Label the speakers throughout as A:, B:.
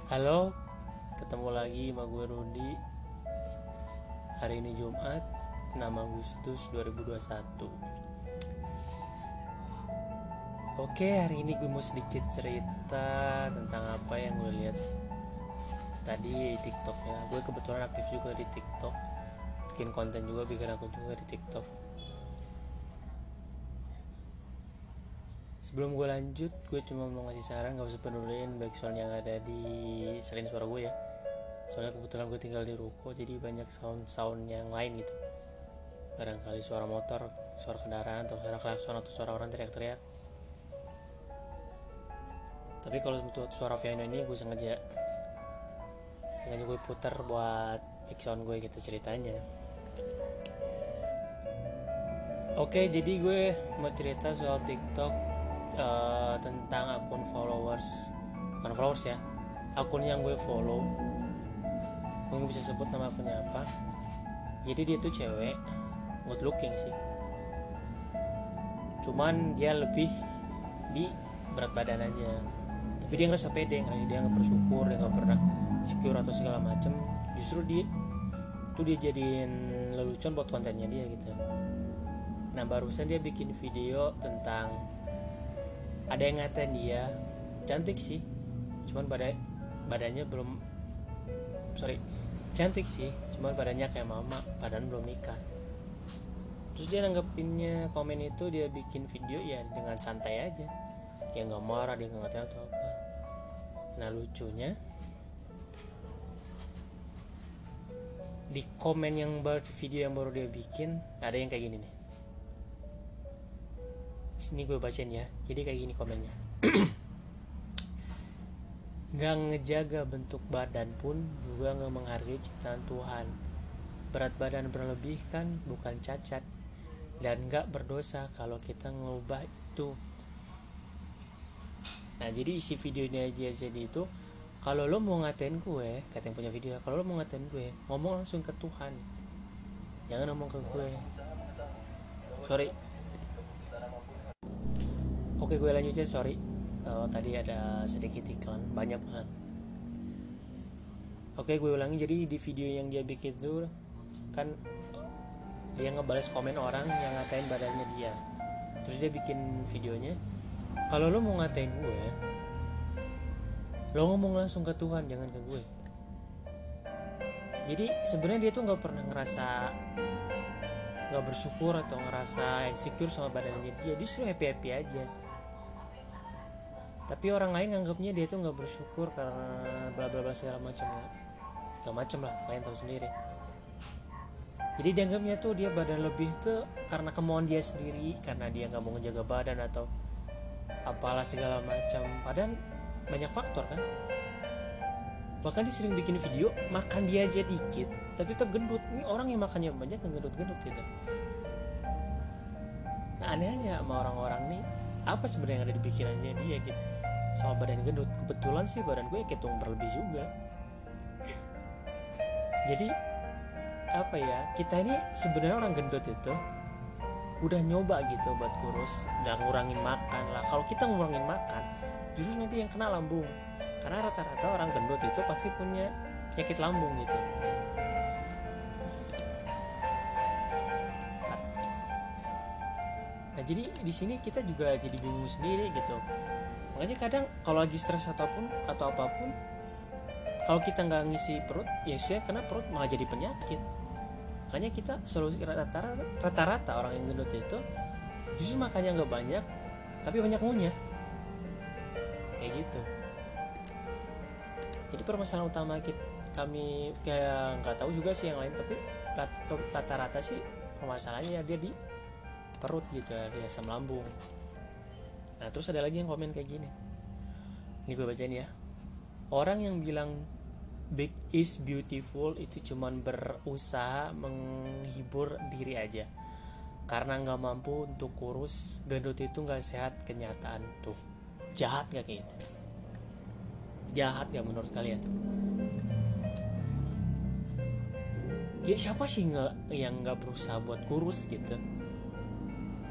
A: Halo, ketemu lagi sama gue Rudi. Hari ini Jumat 6 Agustus 2021. Oke, hari ini gue mau sedikit cerita tentang apa yang gue lihat tadi di TikTok ya. Gue kebetulan aktif juga di TikTok, bikin konten juga, bikin akun juga di TikTok. Sebelum gue lanjut, gue cuma mau ngasih saran, gak usah peduliin backsound yang ada di selain suara gue ya. Soalnya kebetulan gue tinggal di ruko, jadi banyak sound yang lain gitu. Barangkali suara motor, suara kendaraan, atau suara klakson, atau suara orang teriak-teriak. Tapi kalau untuk suara piano ini gue sengaja gue putar buat backsound gue gitu ceritanya. Oke, jadi gue mau cerita soal TikTok, tentang akun bukan followers ya, akun yang gue follow. Gue gak bisa sebut nama akunnya apa. Jadi dia tuh cewek, good looking sih, cuman dia lebih di berat badan aja. Tapi dia ngerasa pede, dia nggak bersyukur, dia nggak pernah secure atau segala macem. Justru dia jadiin lelucon buat kontennya dia gitu. Nah, barusan dia bikin video tentang ada yang ngatain dia cantik sih, cuman badannya belum cantik sih, cuman badannya kayak mama, badan belum nikah. Terus dia nanggepinnya komen itu, dia bikin video ya dengan santai aja, dia nggak marah, dia nggak ngatain atau apa. Nah, lucunya di komen video yang baru dia bikin ada yang kayak gini nih. Sini gue bacain ya. Jadi kayak gini komennya. Gak ngejaga bentuk badan pun juga gak menghargai ciptaan Tuhan. Berat badan berlebih kan bukan cacat, dan gak berdosa kalau kita ngubah itu. Nah, jadi isi videonya aja jadi itu, kalau lo mau ngatain gue, kata yang punya video, kalau lo mau ngatain gue, ngomong langsung ke Tuhan, jangan ngomong ke gue. Sorry. Oke, gue lanjut ya, sorry. Tadi ada sedikit iklan, banyak banget. Oke, gue ulangi. Jadi di video yang dia bikin tuh kan dia ngebales komen orang yang ngatain badannya dia. Terus dia bikin videonya, kalau lo mau ngatain gue, lo ngomong langsung ke Tuhan, jangan ke gue. Jadi sebenarnya dia tuh nggak pernah ngerasa nggak bersyukur atau ngerasa insecure sama badannya dia justru happy aja. Tapi orang lain nganggapnya dia tuh nggak bersyukur karena bla bla bla segala macam lah, kalian tahu sendiri. Jadi dianggapnya tuh dia badan lebih tuh karena kemauan dia sendiri, karena dia nggak mau ngejaga badan atau apalah segala macam. Padahal banyak faktor kan. Bahkan dia sering bikin video makan dia aja dikit tapi tetap gendut. Ini orang yang makannya banyak gendut-gendut gitu. Nah, aneh aja sama orang-orang nih, apa sebenarnya yang ada di pikirannya dia gitu soal badan gendut. Kebetulan sih badan gue ketung berlebih juga. Jadi apa ya, kita ini sebenarnya orang gendut itu udah nyoba gitu buat kurus, udah ngurangin makan lah. Kalau kita ngurangin makan, justru nanti yang kena lambung, karena rata-rata orang gendut itu pasti punya penyakit lambung gitu. Nah, jadi di sini kita juga jadi bingung sendiri gitu. Makanya kadang kalau lagi stres atau apapun, kalau kita nggak ngisi perut, ya saya kena perut malah jadi penyakit. Makanya kita solusi rata-rata orang yang gendut itu justru makannya nggak banyak, tapi banyak ngunyah, kayak gitu. Jadi permasalahan utama kami kayak nggak tahu juga sih yang lain, tapi rata-rata sih permasalahannya dia di perut gitu ya, di asam lambung. Nah, terus ada lagi yang komen kayak gini. Ini gue bacain ya. Orang yang bilang big is beautiful itu cuman berusaha menghibur diri aja, karena gak mampu untuk kurus. Gendut itu gak sehat kenyataan. Tuh, jahat gak kayak gitu? Jahat gak menurut kalian? Ya siapa sih yang gak berusaha buat kurus gitu?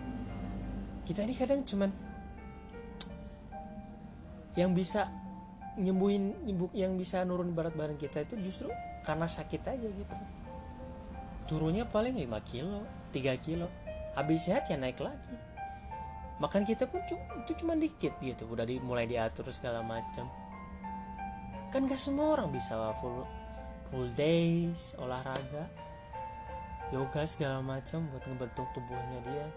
A: Kita ini kadang cuman yang bisa nyembuhin yang bisa nurun berat badan kita itu justru karena sakit aja gitu. Turunnya paling 5 kilo 3 kilo, habis sehat ya naik lagi. Makan kita pun itu cuma dikit gitu, udah mulai diatur segala macam. Kan gak semua orang bisa full days olahraga, yoga segala macam buat ngebentuk tubuhnya dia.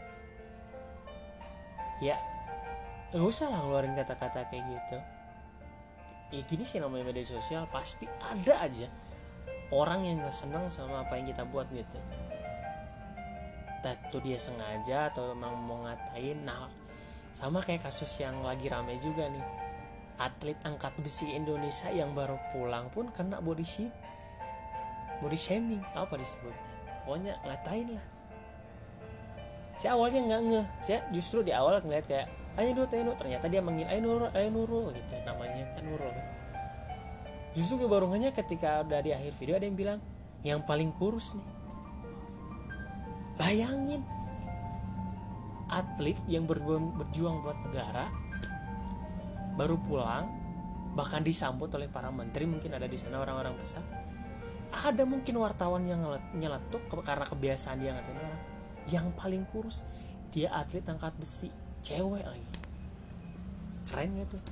A: Ya gak usah lah ngeluarin kata-kata kayak gitu. Ya gini sih namanya media sosial, pasti ada aja orang yang gak senang sama apa yang kita buat gitu. Entah itu dia sengaja atau emang mau ngatain. Nah sama kayak kasus yang lagi rame juga nih, atlet angkat besi Indonesia yang baru pulang pun kena body shaming, apa disebutnya, pokoknya ngatain lah. Saya awalnya nggak ngeh, saya justru di awal ngeliat kayak ayo Nurul, ternyata dia manggil ayo Nurul gitu, namanya kan Nurul. Justru gue baru ngehnya ketika udah di akhir video ada yang bilang yang paling kurus nih. Bayangin, atlet yang berjuang buat negara baru pulang, bahkan disambut oleh para menteri, mungkin ada di sana orang-orang besar. Ada mungkin wartawan yang nyeletuk karena kebiasaan dia ngatain orang. Yang paling kurus, dia atlet angkat besi, cewek lagi. Keren gak tuh?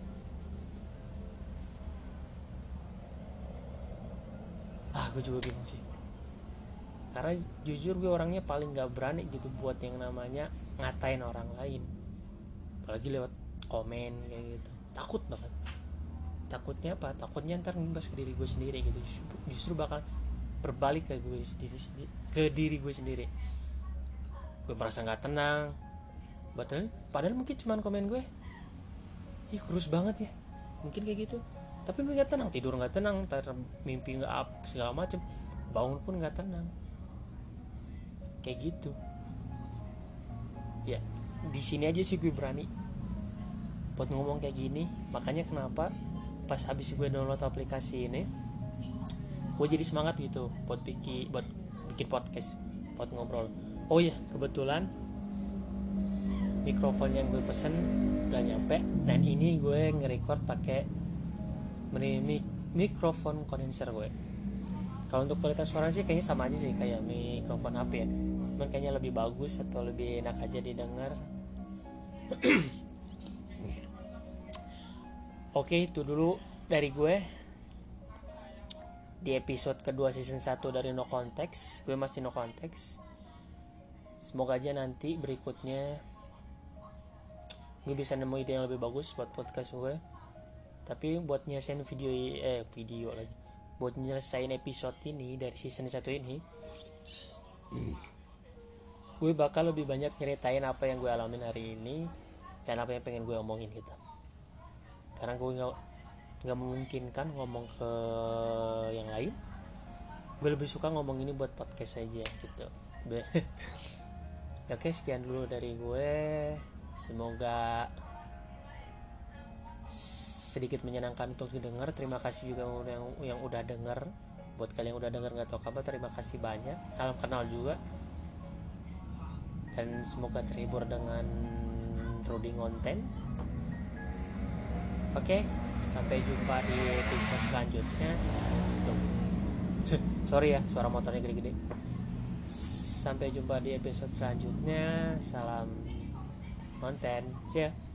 A: Gue juga bingung sih. Karena jujur gue orangnya paling gak berani gitu buat yang namanya ngatain orang lain, apalagi lewat komen kayak gitu. Takut banget. Takutnya apa? Takutnya ntar ngimbas ke diri gue sendiri gitu. Justru bakal berbalik ke diri gue sendiri. Gue merasa gak tenang. Padahal mungkin cuman komen gue, ih kurus banget ya, mungkin kayak gitu. Tapi gue gak tenang, tidur gak tenang, mimpi gak up segala macem, bangun pun gak tenang. Kayak gitu. Ya di sini aja sih gue berani buat ngomong kayak gini. Makanya kenapa pas habis gue download aplikasi ini, gue jadi semangat gitu buat bikin podcast, buat ngobrol. Oh iya, kebetulan mikrofon yang gue pesen udah nyampe, dan ini gue nge-record pakai mikrofon kondenser gue. Kalau untuk kualitas suara sih kayaknya sama aja sih kayak mikrofon HP ya, cuman kayaknya lebih bagus atau lebih enak aja didengar. Oke, itu dulu dari gue di episode kedua season 1 dari No Context. Gue masih No Context. Semoga aja nanti berikutnya gue bisa nemu ide yang lebih bagus buat podcast gue. Tapi buat nyelesain video lagi, buat nyelesain episode ini dari season 1 ini, gue bakal lebih banyak nyeritain apa yang gue alamin hari ini dan apa yang pengen gue omongin gitu. Karena gue nggak memungkinkan ngomong ke yang lain. Gue lebih suka ngomong ini buat podcast aja gitu. Oke, sekian dulu dari gue. Semoga sedikit menyenangkan untuk didengar. Terima kasih juga yang udah denger. Buat kalian yang udah denger nggak tahu kabar, terima kasih banyak. Salam kenal juga. Dan semoga terhibur dengan Rudy Ngonten. Oke, sampai jumpa di episode selanjutnya. Sorry ya, suara motornya gede-gede. Sampai jumpa di episode selanjutnya. Salam konten. See ya.